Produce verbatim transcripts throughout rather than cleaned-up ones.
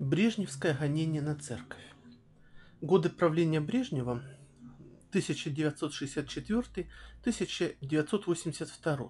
Брежневское гонение на церковь. Годы правления Брежнева тысяча девятьсот шестьдесят четвёртый — тысяча девятьсот восемьдесят второй.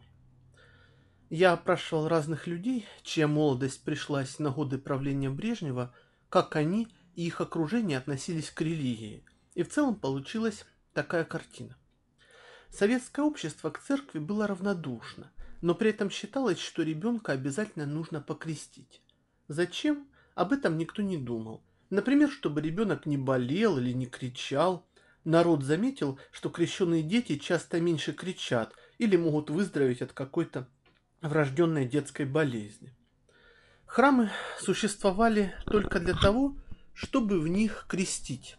Я опрашивал разных людей, чья молодость пришлась на годы правления Брежнева, как они и их окружение относились к религии. И в целом получилась такая картина. Советское общество к церкви было равнодушно, но при этом считалось, что ребенка обязательно нужно покрестить. Зачем? Об этом никто не думал. Например, чтобы ребенок не болел или не кричал. Народ заметил, что крещенные дети часто меньше кричат или могут выздороветь от какой-то врожденной детской болезни. Храмы существовали только для того, чтобы в них крестить,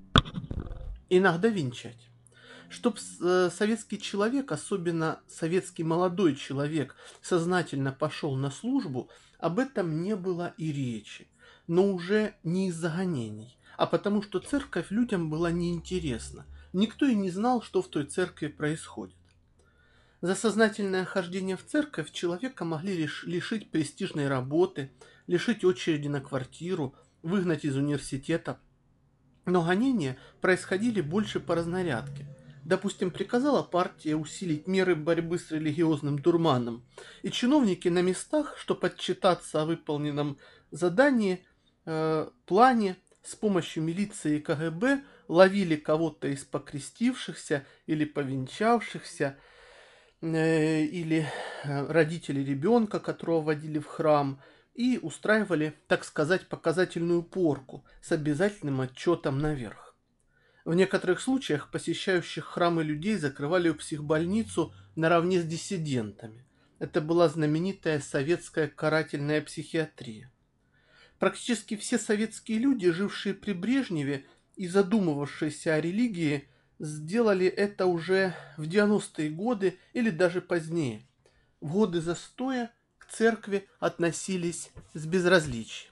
иногда венчать. Чтоб советский человек, особенно советский молодой человек, сознательно пошел на службу, об этом не было и речи. Но уже не из-за гонений, а потому что церковь людям была неинтересна. Никто и не знал, что в той церкви происходит. За сознательное хождение в церковь человека могли лиш- лишить престижной работы, лишить очереди на квартиру, выгнать из университета. Но гонения происходили больше по разнарядке. Допустим, приказала партия усилить меры борьбы с религиозным дурманом, и чиновники на местах, чтобы отчитаться о выполненном задании, э, плане, с помощью милиции и ка гэ бэ ловили кого-то из покрестившихся или повенчавшихся, э, или э, родителей ребенка, которого водили в храм, и устраивали, так сказать, показательную порку с обязательным отчетом наверх. В некоторых случаях посещающих храмы людей закрывали в психбольницу наравне с диссидентами. Это была знаменитая советская карательная психиатрия. Практически все советские люди, жившие при Брежневе и задумывавшиеся о религии, сделали это уже в девяностые годы или даже позднее. В годы застоя к церкви относились с безразличием.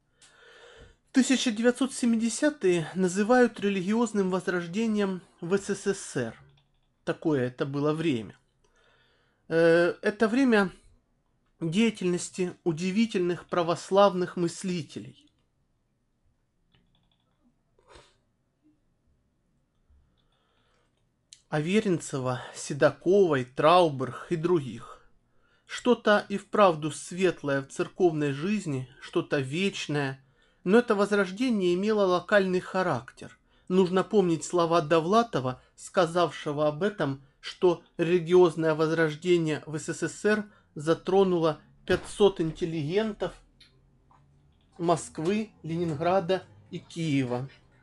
тысяча девятьсот семидесятые называют религиозным возрождением в эс эс эс эр. Такое это было время. Это время деятельности удивительных православных мыслителей. Аверинцева, Седоковой, Трауберг и других. Что-то и вправду светлое в церковной жизни, что-то вечное. Но это возрождение имело локальный характер. Нужно помнить слова Довлатова, сказавшего об этом, что религиозное возрождение в эс эс эс эр затронуло пятьсот интеллигентов Москвы, Ленинграда и Киева.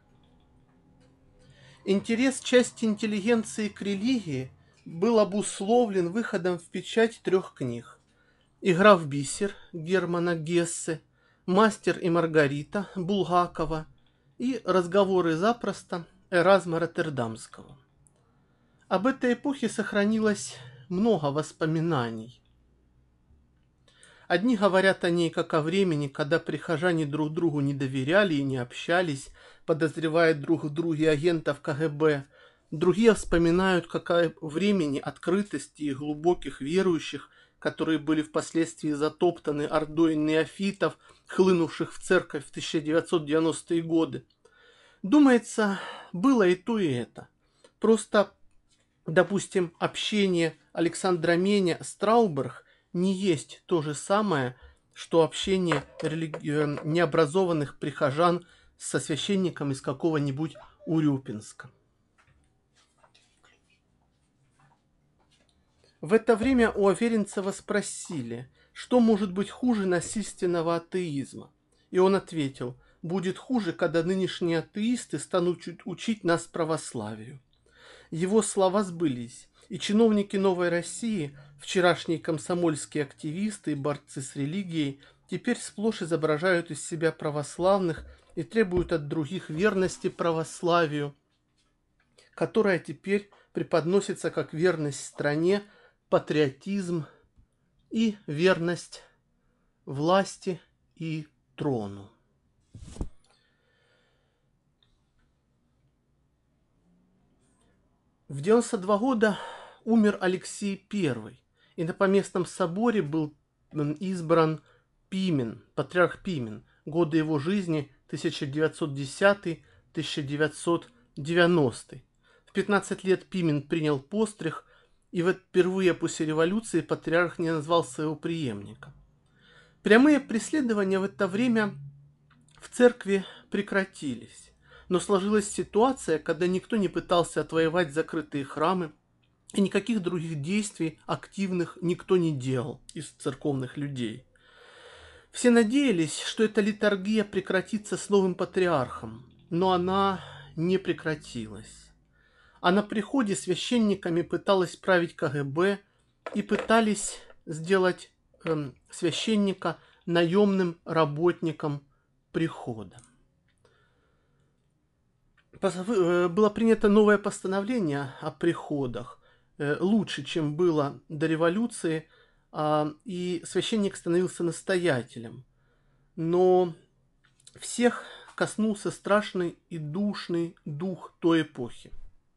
Интерес части интеллигенции к религии был обусловлен выходом в печать трех книг: «Игра в бисер» Германа Гессе, «Мастер и Маргарита» Булгакова и «Разговоры запросто» Эразма Роттердамского. Об этой эпохе сохранилось много воспоминаний. Одни говорят о ней как о времени, когда прихожане друг другу не доверяли и не общались, подозревая друг в друге агентов ка гэ бэ. Другие вспоминают как о времени открытости и глубоких верующих, которые были впоследствии затоптаны ордой неофитов, хлынувших в церковь в тысяча девятьсот девяностые годы. Думается, было и то, и это. Просто, допустим, общение Александра Меня с Трауберг не есть то же самое, что общение религи... необразованных прихожан со священником из какого-нибудь Урюпинска. В это время у Аверинцева спросили, что может быть хуже насильственного атеизма. И он ответил: будет хуже, когда нынешние атеисты станут учить нас православию. Его слова сбылись, и чиновники Новой России, вчерашние комсомольские активисты и борцы с религией, теперь сплошь изображают из себя православных и требуют от других верности православию, которая теперь преподносится как верность стране, патриотизм и верность власти и трону. В девяносто два года умер Алексей Первый, и на поместном соборе был избран Пимен, патриарх Пимен, годы его жизни тысяча девятьсот десятый — тысяча девятьсот девяностый. В пятнадцать лет Пимен принял постриг, и вот впервые после революции патриарх не назвал своего преемника. Прямые преследования в это время в церкви прекратились, но сложилась ситуация, когда никто не пытался отвоевать закрытые храмы, и никаких других действий активных никто не делал из церковных людей. Все надеялись, что эта литургия прекратится с новым патриархом, но она не прекратилась. А на приходе священниками пыталась править ка гэ бэ и пытались сделать э, священника наемным работником прихода. Было принято новое постановление о приходах, лучше, чем было до революции, и священник становился настоятелем. Но всех коснулся страшный и душный дух той эпохи.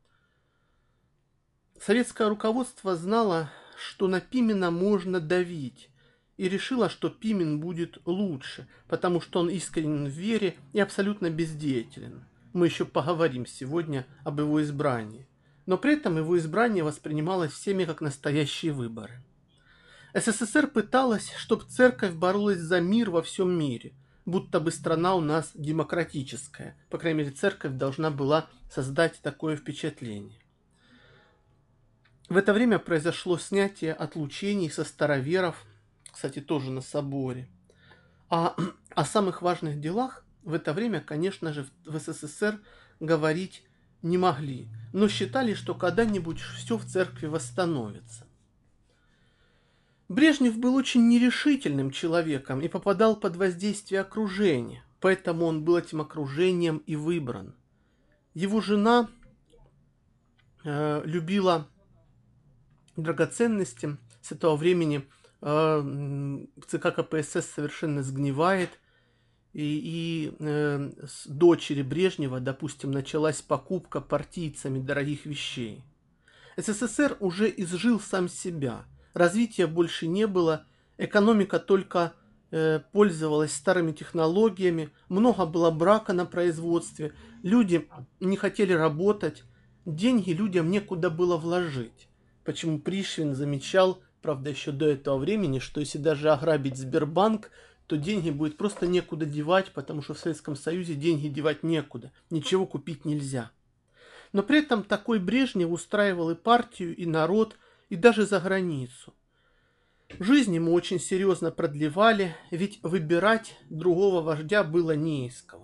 Советское руководство знало, что на Пимена можно давить, и решило, что Пимен будет лучше, потому что он искренен в вере и абсолютно бездеятелен. Мы еще поговорим сегодня об его избрании. Но при этом его избрание воспринималось всеми как настоящие выборы. эс эс эс эр пыталась, чтобы церковь боролась за мир во всем мире, будто бы страна у нас демократическая. По крайней мере, церковь должна была создать такое впечатление. В это время произошло снятие отлучений со староверов, кстати, тоже на соборе. А о самых важных делах в это время, конечно же, в эс эс эс эр говорить не могли, но считали, что когда-нибудь все в церкви восстановится. Брежнев был очень нерешительным человеком и попадал под воздействие окружения, поэтому он был этим окружением и выбран. Его жена э, любила драгоценности. С этого времени э, ЦК ка пэ эс эс совершенно сгнивает. И, и э, с дочери Брежнева, допустим, началась покупка партийцами дорогих вещей. эс эс эс эр уже изжил сам себя. Развития больше не было. Экономика только э, пользовалась старыми технологиями. Много было брака на производстве. Люди не хотели работать. Деньги людям некуда было вложить. Почему Пришвин замечал, правда, еще до этого времени, что если даже ограбить Сбербанк, то деньги будет просто некуда девать, потому что в Советском Союзе деньги девать некуда, ничего купить нельзя. Но при этом такой Брежнев устраивал и партию, и народ, и даже за границу. Жизнь ему очень серьезно продлевали, ведь выбирать другого вождя было не из кого.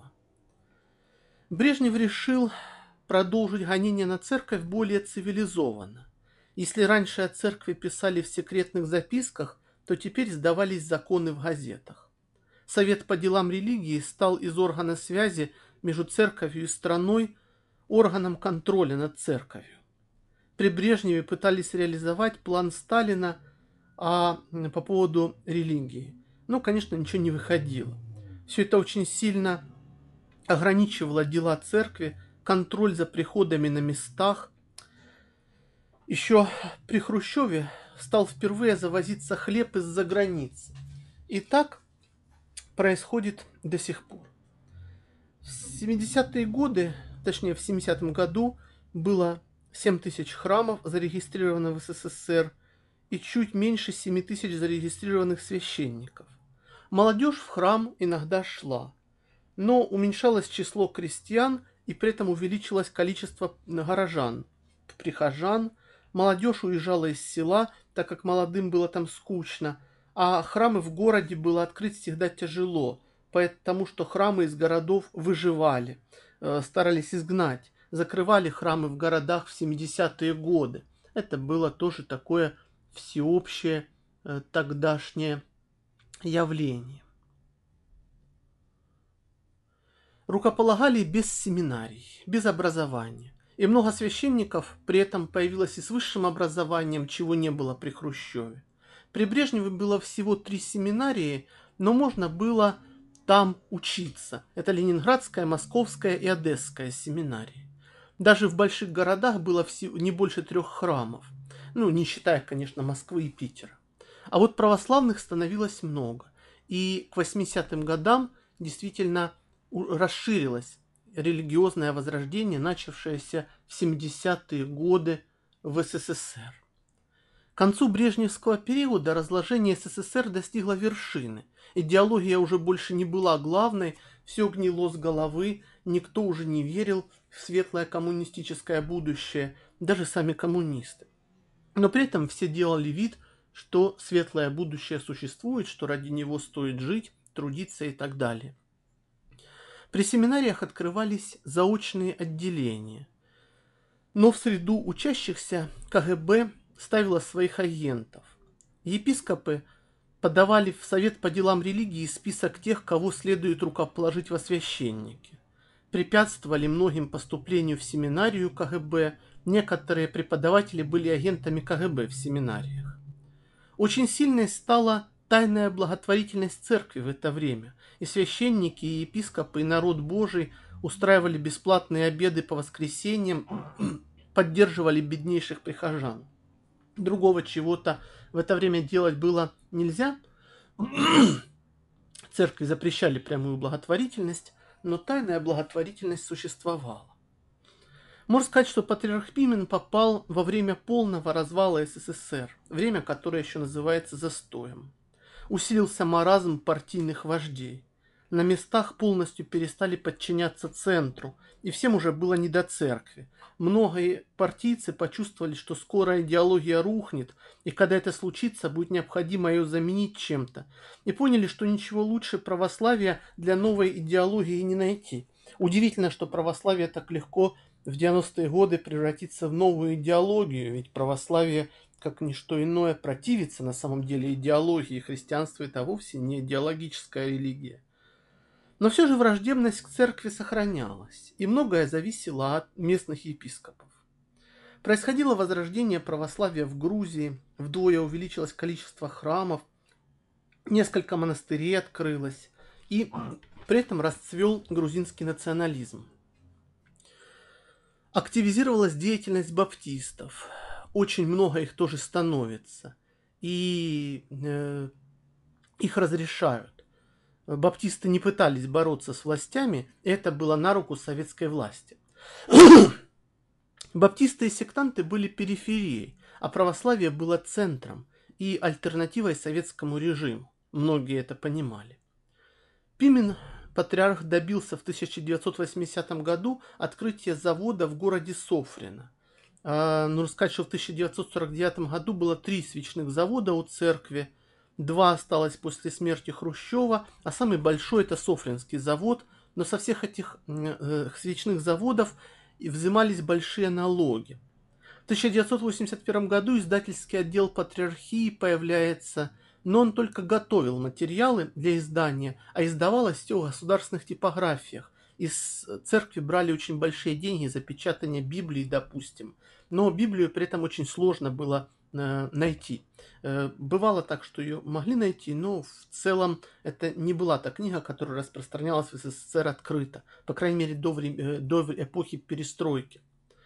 Брежнев решил продолжить гонение на церковь более цивилизованно. Если раньше о церкви писали в секретных записках, то теперь сдавались законы в газетах. Совет по делам религии стал из органа связи между церковью и страной органом контроля над церковью. При Брежневе пытались реализовать план Сталина а, по поводу религии. Но, конечно, ничего не выходило. Все это очень сильно ограничивало дела церкви, контроль за приходами на местах. Еще при Хрущеве стал впервые завозиться хлеб из-за границы. И так происходит до сих пор. В семидесятые годы, точнее в семидесятом году, было семь тысяч храмов, зарегистрированных в эс эс эс эр, и чуть меньше семи тысяч зарегистрированных священников. Молодежь в храм иногда шла, но уменьшалось число крестьян, и при этом увеличилось количество горожан, прихожан. Молодежь уезжала из села, так как молодым было там скучно, а храмы в городе было открыть всегда тяжело, потому что храмы из городов выживали, старались изгнать, закрывали храмы в городах в семидесятые годы. Это было тоже такое всеобщее тогдашнее явление. Рукополагали без семинарий, без образования. И много священников при этом появилось и с высшим образованием, чего не было при Хрущеве. При Брежневе было всего три семинарии, но можно было там учиться. Это Ленинградская, Московская и Одесская семинарии. Даже в больших городах было всего не больше трех храмов. Ну, не считая, конечно, Москвы и Питера. А вот православных становилось много. И к восьмидесятым годам действительно расширилось религиозное возрождение, начавшееся в семидесятые годы в СССР. К концу брежневского периода разложение СССР достигло вершины. Идеология уже больше не была главной, все гнило с головы, никто уже не верил в светлое коммунистическое будущее, даже сами коммунисты. Но при этом все делали вид, что светлое будущее существует, что ради него стоит жить, трудиться и так далее. При семинариях открывались заочные отделения, но в среду учащихся КГБ ставила своих агентов. Епископы подавали в Совет по делам религии список тех, кого следует рукоположить во священники. Препятствовали многим поступлению в семинарию КГБ, некоторые преподаватели были агентами КГБ в семинариях. Очень сильной стала тайная благотворительность церкви в это время, и священники, и епископы, и народ Божий устраивали бесплатные обеды по воскресеньям, поддерживали беднейших прихожан. Другого чего-то в это время делать было нельзя. Церкви запрещали прямую благотворительность, но тайная благотворительность существовала. Можно сказать, что патриарх Пимен попал во время полного развала СССР, время, которое еще называется застоем. Усилился маразм партийных вождей. На местах полностью перестали подчиняться центру, и всем уже было не до церкви. Многие партийцы почувствовали, что скоро идеология рухнет, и когда это случится, будет необходимо ее заменить чем-то. И поняли, что ничего лучше православия для новой идеологии не найти. Удивительно, что православие так легко в девяностые годы превратится в новую идеологию, ведь православие, как ничто иное, противится на самом деле идеологии. Христианство это вовсе не идеологическая религия. Но все же враждебность к церкви сохранялась, и многое зависело от местных епископов. Происходило возрождение православия в Грузии, вдвое увеличилось количество храмов, несколько монастырей открылось, и при этом расцвел грузинский национализм. Активизировалась деятельность баптистов, очень много их тоже становится, и э, их разрешают. Баптисты не пытались бороться с властями, это было на руку советской власти. Баптисты и сектанты были периферией, а православие было центром и альтернативой советскому режиму. Многие это понимали. Пимен, патриарх, добился в тысяча девятьсот восьмидесятом году открытия завода в городе Софрино. А, нужно сказать, что в тысяча девятьсот сорок девятом году было три свечных завода у церкви, два осталось после смерти Хрущева, а самый большой это Софринский завод, но со всех этих э, свечных заводов взимались большие налоги. В тысяча девятьсот восемьдесят первом году издательский отдел патриархии появляется, но он только готовил материалы для издания, а издавалось все в государственных типографиях. Из церкви брали очень большие деньги за печатание Библии, допустим, но Библию при этом очень сложно было найти. Бывало так, что ее могли найти, но в целом это не была та книга, которая распространялась в СССР открыто, по крайней мере до, врем... до эпохи перестройки.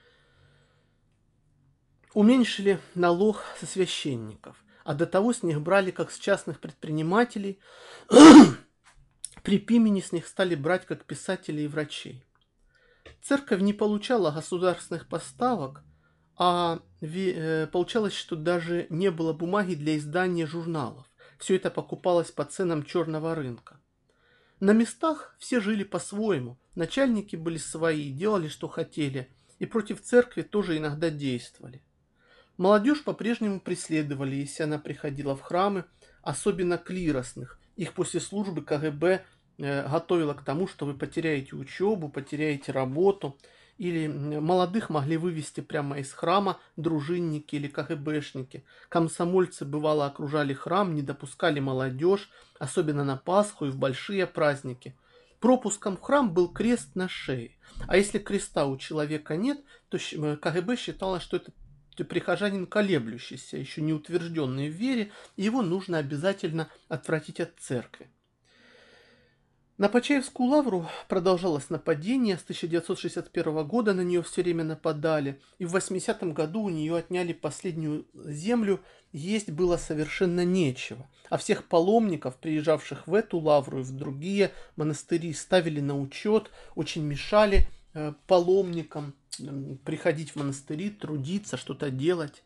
Уменьшили налог со священников, а до того с них брали как с частных предпринимателей, при Пимене с них стали брать как писателей и врачей. Церковь не получала государственных поставок, а получалось, что даже не было бумаги для издания журналов. Все это покупалось по ценам черного рынка. На местах все жили по-своему, начальники были свои, делали, что хотели, и против церкви тоже иногда действовали. Молодежь по-прежнему преследовали, если она приходила в храмы, особенно клиросных. Их после службы КГБ э, готовило к тому, что вы потеряете учебу, потеряете работу. Или молодых могли вывести прямо из храма дружинники или КГБшники. Комсомольцы бывало окружали храм, не допускали молодежь, особенно на Пасху и в большие праздники. Пропуском в храм был крест на шее. А если креста у человека нет, то КГБ считало, что это прихожанин колеблющийся, еще не утвержденный в вере, и его нужно обязательно отвратить от церкви. На Почаевскую лавру продолжалось нападение. С тысяча девятьсот шестьдесят первого года на нее все время нападали. И в восьмидесятом году у нее отняли последнюю землю. Есть было совершенно нечего. А всех паломников, приезжавших в эту лавру и в другие монастыри, ставили на учет, очень мешали э, паломникам э, приходить в монастыри, трудиться, что-то делать.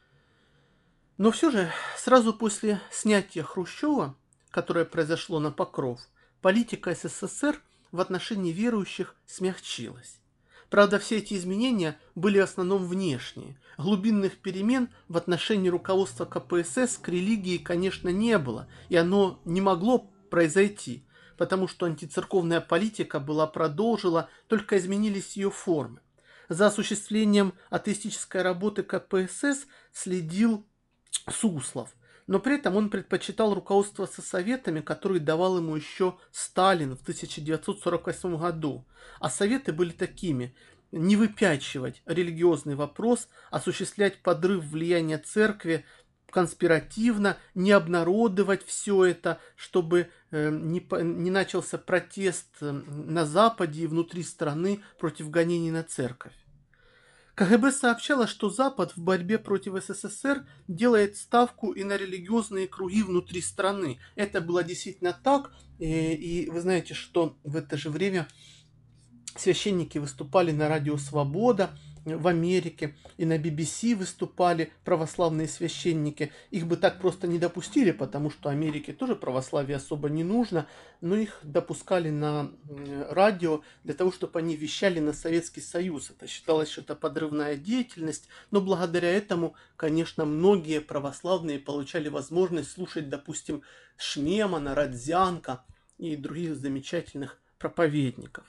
Но все же сразу после снятия Хрущева, которое произошло на Покров, политика СССР в отношении верующих смягчилась. Правда, все эти изменения были в основном внешние. Глубинных перемен в отношении руководства ка пэ эс эс к религии, конечно, не было, и оно не могло произойти, потому что антицерковная политика была продолжена, только изменились ее формы. За осуществлением атеистической работы ка пэ эс эс следил Суслов, но при этом он предпочитал руководствоваться советами, которые давал ему еще Сталин в тысяча девятьсот сорок восьмом году. А советы были такими: не выпячивать религиозный вопрос, осуществлять подрыв влияния церкви конспиративно, не обнародовать все это, чтобы э, не, не начался протест на Западе и внутри страны против гонений на церковь. ка гэ бэ сообщало, что Запад в борьбе против эс эс эс эр делает ставку и на религиозные круги внутри страны. Это было действительно так. И, и вы знаете, что в это же время священники выступали на радио «Свобода» в Америке, и на би би си выступали православные священники. Их бы так просто не допустили, потому что Америке тоже православие особо не нужно, но их допускали на радио для того, чтобы они вещали на Советский Союз. Это считалось, что это подрывная деятельность, но благодаря этому, конечно, многие православные получали возможность слушать, допустим, Шмемана, Родзянко и других замечательных проповедников.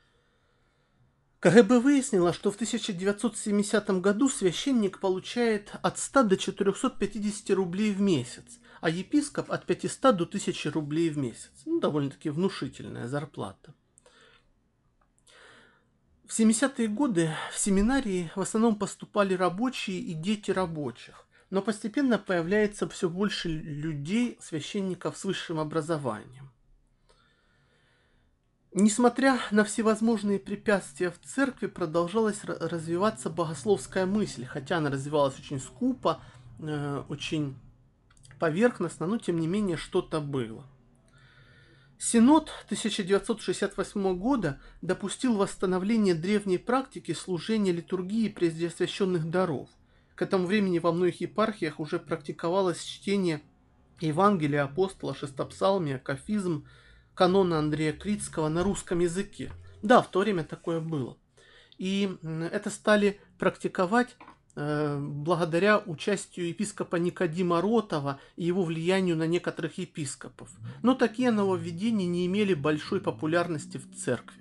ка гэ бэ выяснила, что в тысяча девятьсот семидесятом году священник получает от ста до четырехсот пятидесяти рублей в месяц, а епископ от пятисот до тысячи рублей в месяц. Ну, довольно-таки внушительная зарплата. В семидесятые годы в семинарии в основном поступали рабочие и дети рабочих, но постепенно появляется все больше людей, священников с высшим образованием. Несмотря на всевозможные препятствия в церкви, продолжалась развиваться богословская мысль, хотя она развивалась очень скупо, э, очень поверхностно, но тем не менее что-то было. Синод тысяча девятьсот шестьдесят восьмого года допустил восстановление древней практики служения литургии преосвященных даров. К этому времени во многих епархиях уже практиковалось чтение Евангелия апостола, шестопсалмия, кафизм, канона Андрея Критского на русском языке. Да, в то время такое было. И это стали практиковать э, благодаря участию епископа Никодима Ротова и его влиянию на некоторых епископов. Но такие нововведения не имели большой популярности в церкви.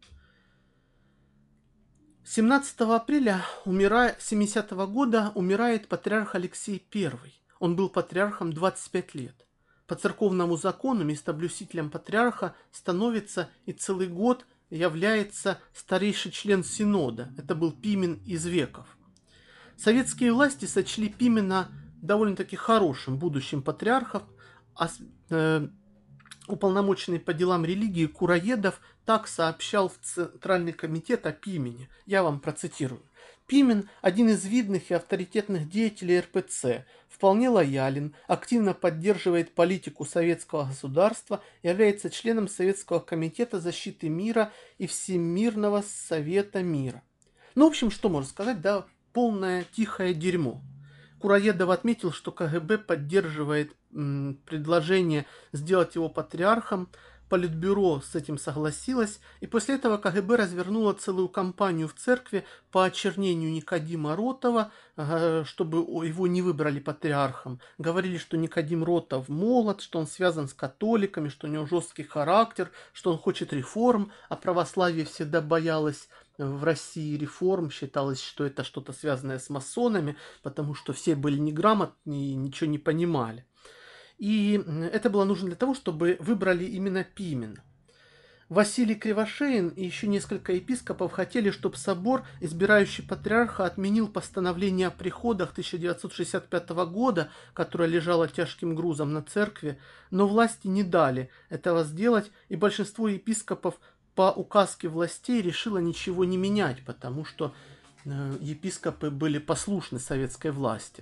семнадцатого апреля семидесятого года умирает патриарх Алексей Первый. Он был патриархом двадцать пять лет. По церковному закону местоблюстителем патриарха становится и целый год является старейший член Синода. Это был Пимен из Веков. Советские власти сочли Пимена довольно-таки хорошим будущим патриархом, а э, уполномоченный по делам религии Кураедов так сообщал в Центральный комитет о Пимене. Я вам процитирую. Пимен – один из видных и авторитетных деятелей эр пэ цэ, вполне лоялен, активно поддерживает политику советского государства, является членом Советского комитета защиты мира и Всемирного совета мира. Ну, в общем, что можно сказать, да, полное тихое дерьмо. Кураедов отметил, что ка гэ бэ поддерживает м, предложение сделать его патриархом. Политбюро с этим согласилось, и после этого ка гэ бэ развернуло целую кампанию в церкви по очернению Никодима Ротова, чтобы его не выбрали патриархом. Говорили, что Никодим Ротов молод, что он связан с католиками, что у него жесткий характер, что он хочет реформ, а православие всегда боялось в России реформ, считалось, что это что-то связанное с масонами, потому что все были неграмотные и ничего не понимали. И это было нужно для того, чтобы выбрали именно Пимена. Василий Кривошеин и еще несколько епископов хотели, чтобы собор, избирающий патриарха, отменил постановление о приходах тысяча девятьсот шестьдесят пятого года, которое лежало тяжким грузом на церкви, но власти не дали этого сделать, и большинство епископов по указке властей решило ничего не менять, потому что э, епископы были послушны советской власти.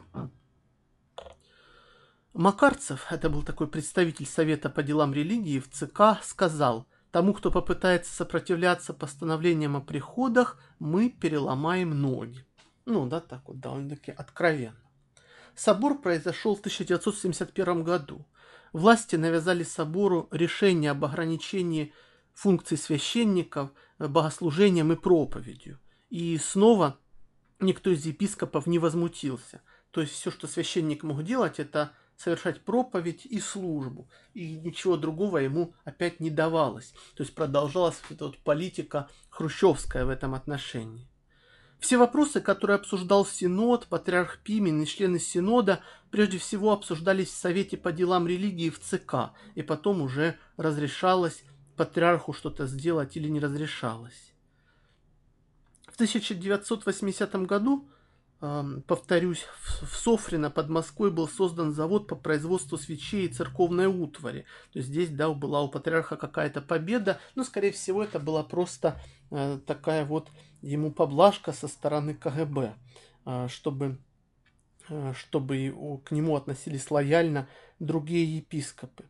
Макарцев, это был такой представитель Совета по делам религии в ЦК, сказал: «Тому, кто попытается сопротивляться постановлениям о приходах, мы переломаем ноги». Ну, да, так вот, довольно-таки откровенно. Собор произошел в тысяча девятьсот семьдесят первом году. Власти навязали собору решение об ограничении функций священников богослужением и проповедью. И снова никто из епископов не возмутился. То есть все, что священник мог делать, это совершать проповедь и службу. И ничего другого ему опять не давалось. То есть продолжалась эта вот политика хрущевская в этом отношении. Все вопросы, которые обсуждал Синод, патриарх Пимен и члены Синода, прежде всего обсуждались в Совете по делам религии в ЦК, и потом уже разрешалось патриарху что-то сделать или не разрешалось. В тысяча девятьсот восьмидесятом году, повторюсь, в Софрино под Москвой был создан завод по производству свечей и церковной утвари. То есть здесь, да, была у патриарха какая-то победа, но, скорее всего, это была просто э, такая вот ему поблажка со стороны КГБ, э, чтобы, э, чтобы к нему относились лояльно другие епископы.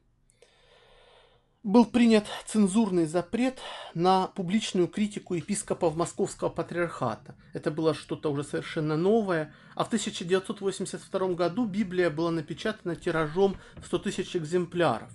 Был принят цензурный запрет на публичную критику епископов Московского патриархата. Это было что-то уже совершенно новое. А в тысяча девятьсот восемьдесят втором году Библия была напечатана тиражом в сто тысяч экземпляров.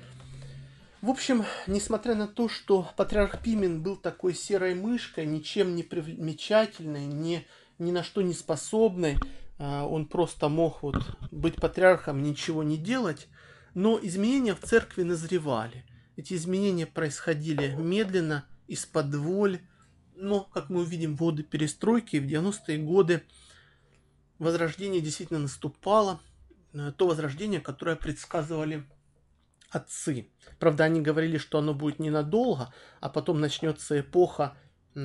В общем, несмотря на то, что патриарх Пимен был такой серой мышкой, ничем не примечательной, ни, ни на что не способной, он просто мог вот быть патриархом, ничего не делать, но изменения в церкви назревали. Эти изменения происходили медленно, из-под-воль, но, как мы увидим, в годы перестройки, в девяностые годы возрождение действительно наступало, то возрождение, которое предсказывали отцы. Правда, они говорили, что оно будет ненадолго, а потом начнется эпоха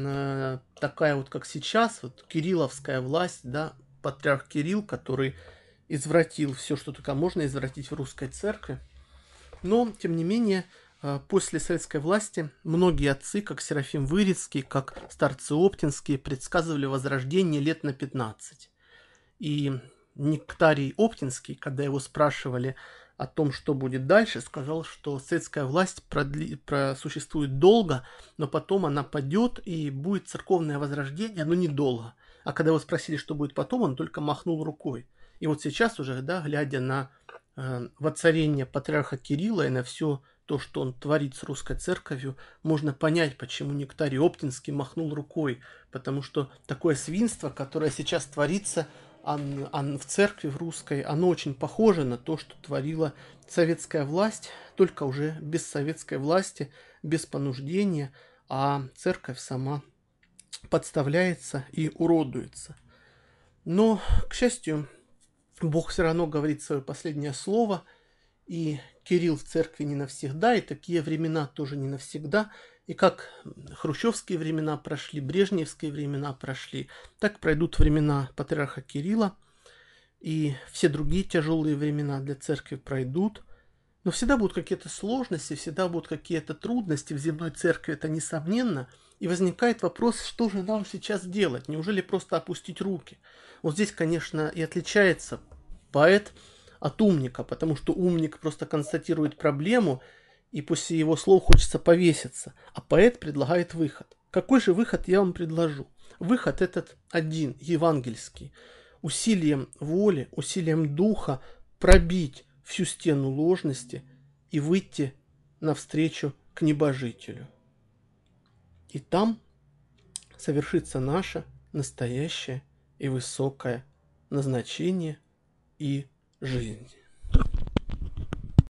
такая вот, как сейчас, вот кирилловская власть, да, патриарх Кирилл, который извратил все, что только можно извратить в русской церкви. Но, тем не менее, после советской власти многие отцы, как Серафим Вырицкий, как старцы Оптинские, предсказывали возрождение лет на пятнадцать. И Нектарий Оптинский, когда его спрашивали о том, что будет дальше, сказал, что советская власть продли... просуществует долго, но потом она падет и будет церковное возрождение, но недолго. А когда его спросили, что будет потом, он только махнул рукой. И вот сейчас уже, да, глядя на э, воцарение патриарха Кирилла и на все то, что он творит с русской церковью, можно понять, почему Нектарий Оптинский махнул рукой. Потому что такое свинство, которое сейчас творится он, он, в церкви в русской, оно очень похоже на то, что творила советская власть, только уже без советской власти, без понуждения, а церковь сама подставляется и уродуется. Но, к счастью, Бог все равно говорит свое последнее слово, и Кирилл в церкви не навсегда, и такие времена тоже не навсегда. И как хрущевские времена прошли, брежневские времена прошли, так пройдут времена патриарха Кирилла, и все другие тяжелые времена для церкви пройдут. Но всегда будут какие-то сложности, всегда будут какие-то трудности в земной церкви, это несомненно. И возникает вопрос, что же нам сейчас делать? Неужели просто опустить руки? Вот здесь, конечно, и отличается поэт от умника, потому что умник просто констатирует проблему, и после его слов хочется повеситься, а поэт предлагает выход. Какой же выход я вам предложу? Выход этот один, евангельский. Усилием воли, усилием духа пробить всю стену ложности и выйти навстречу к небожителю. И там совершится наше настоящее и высокое назначение и жизнь.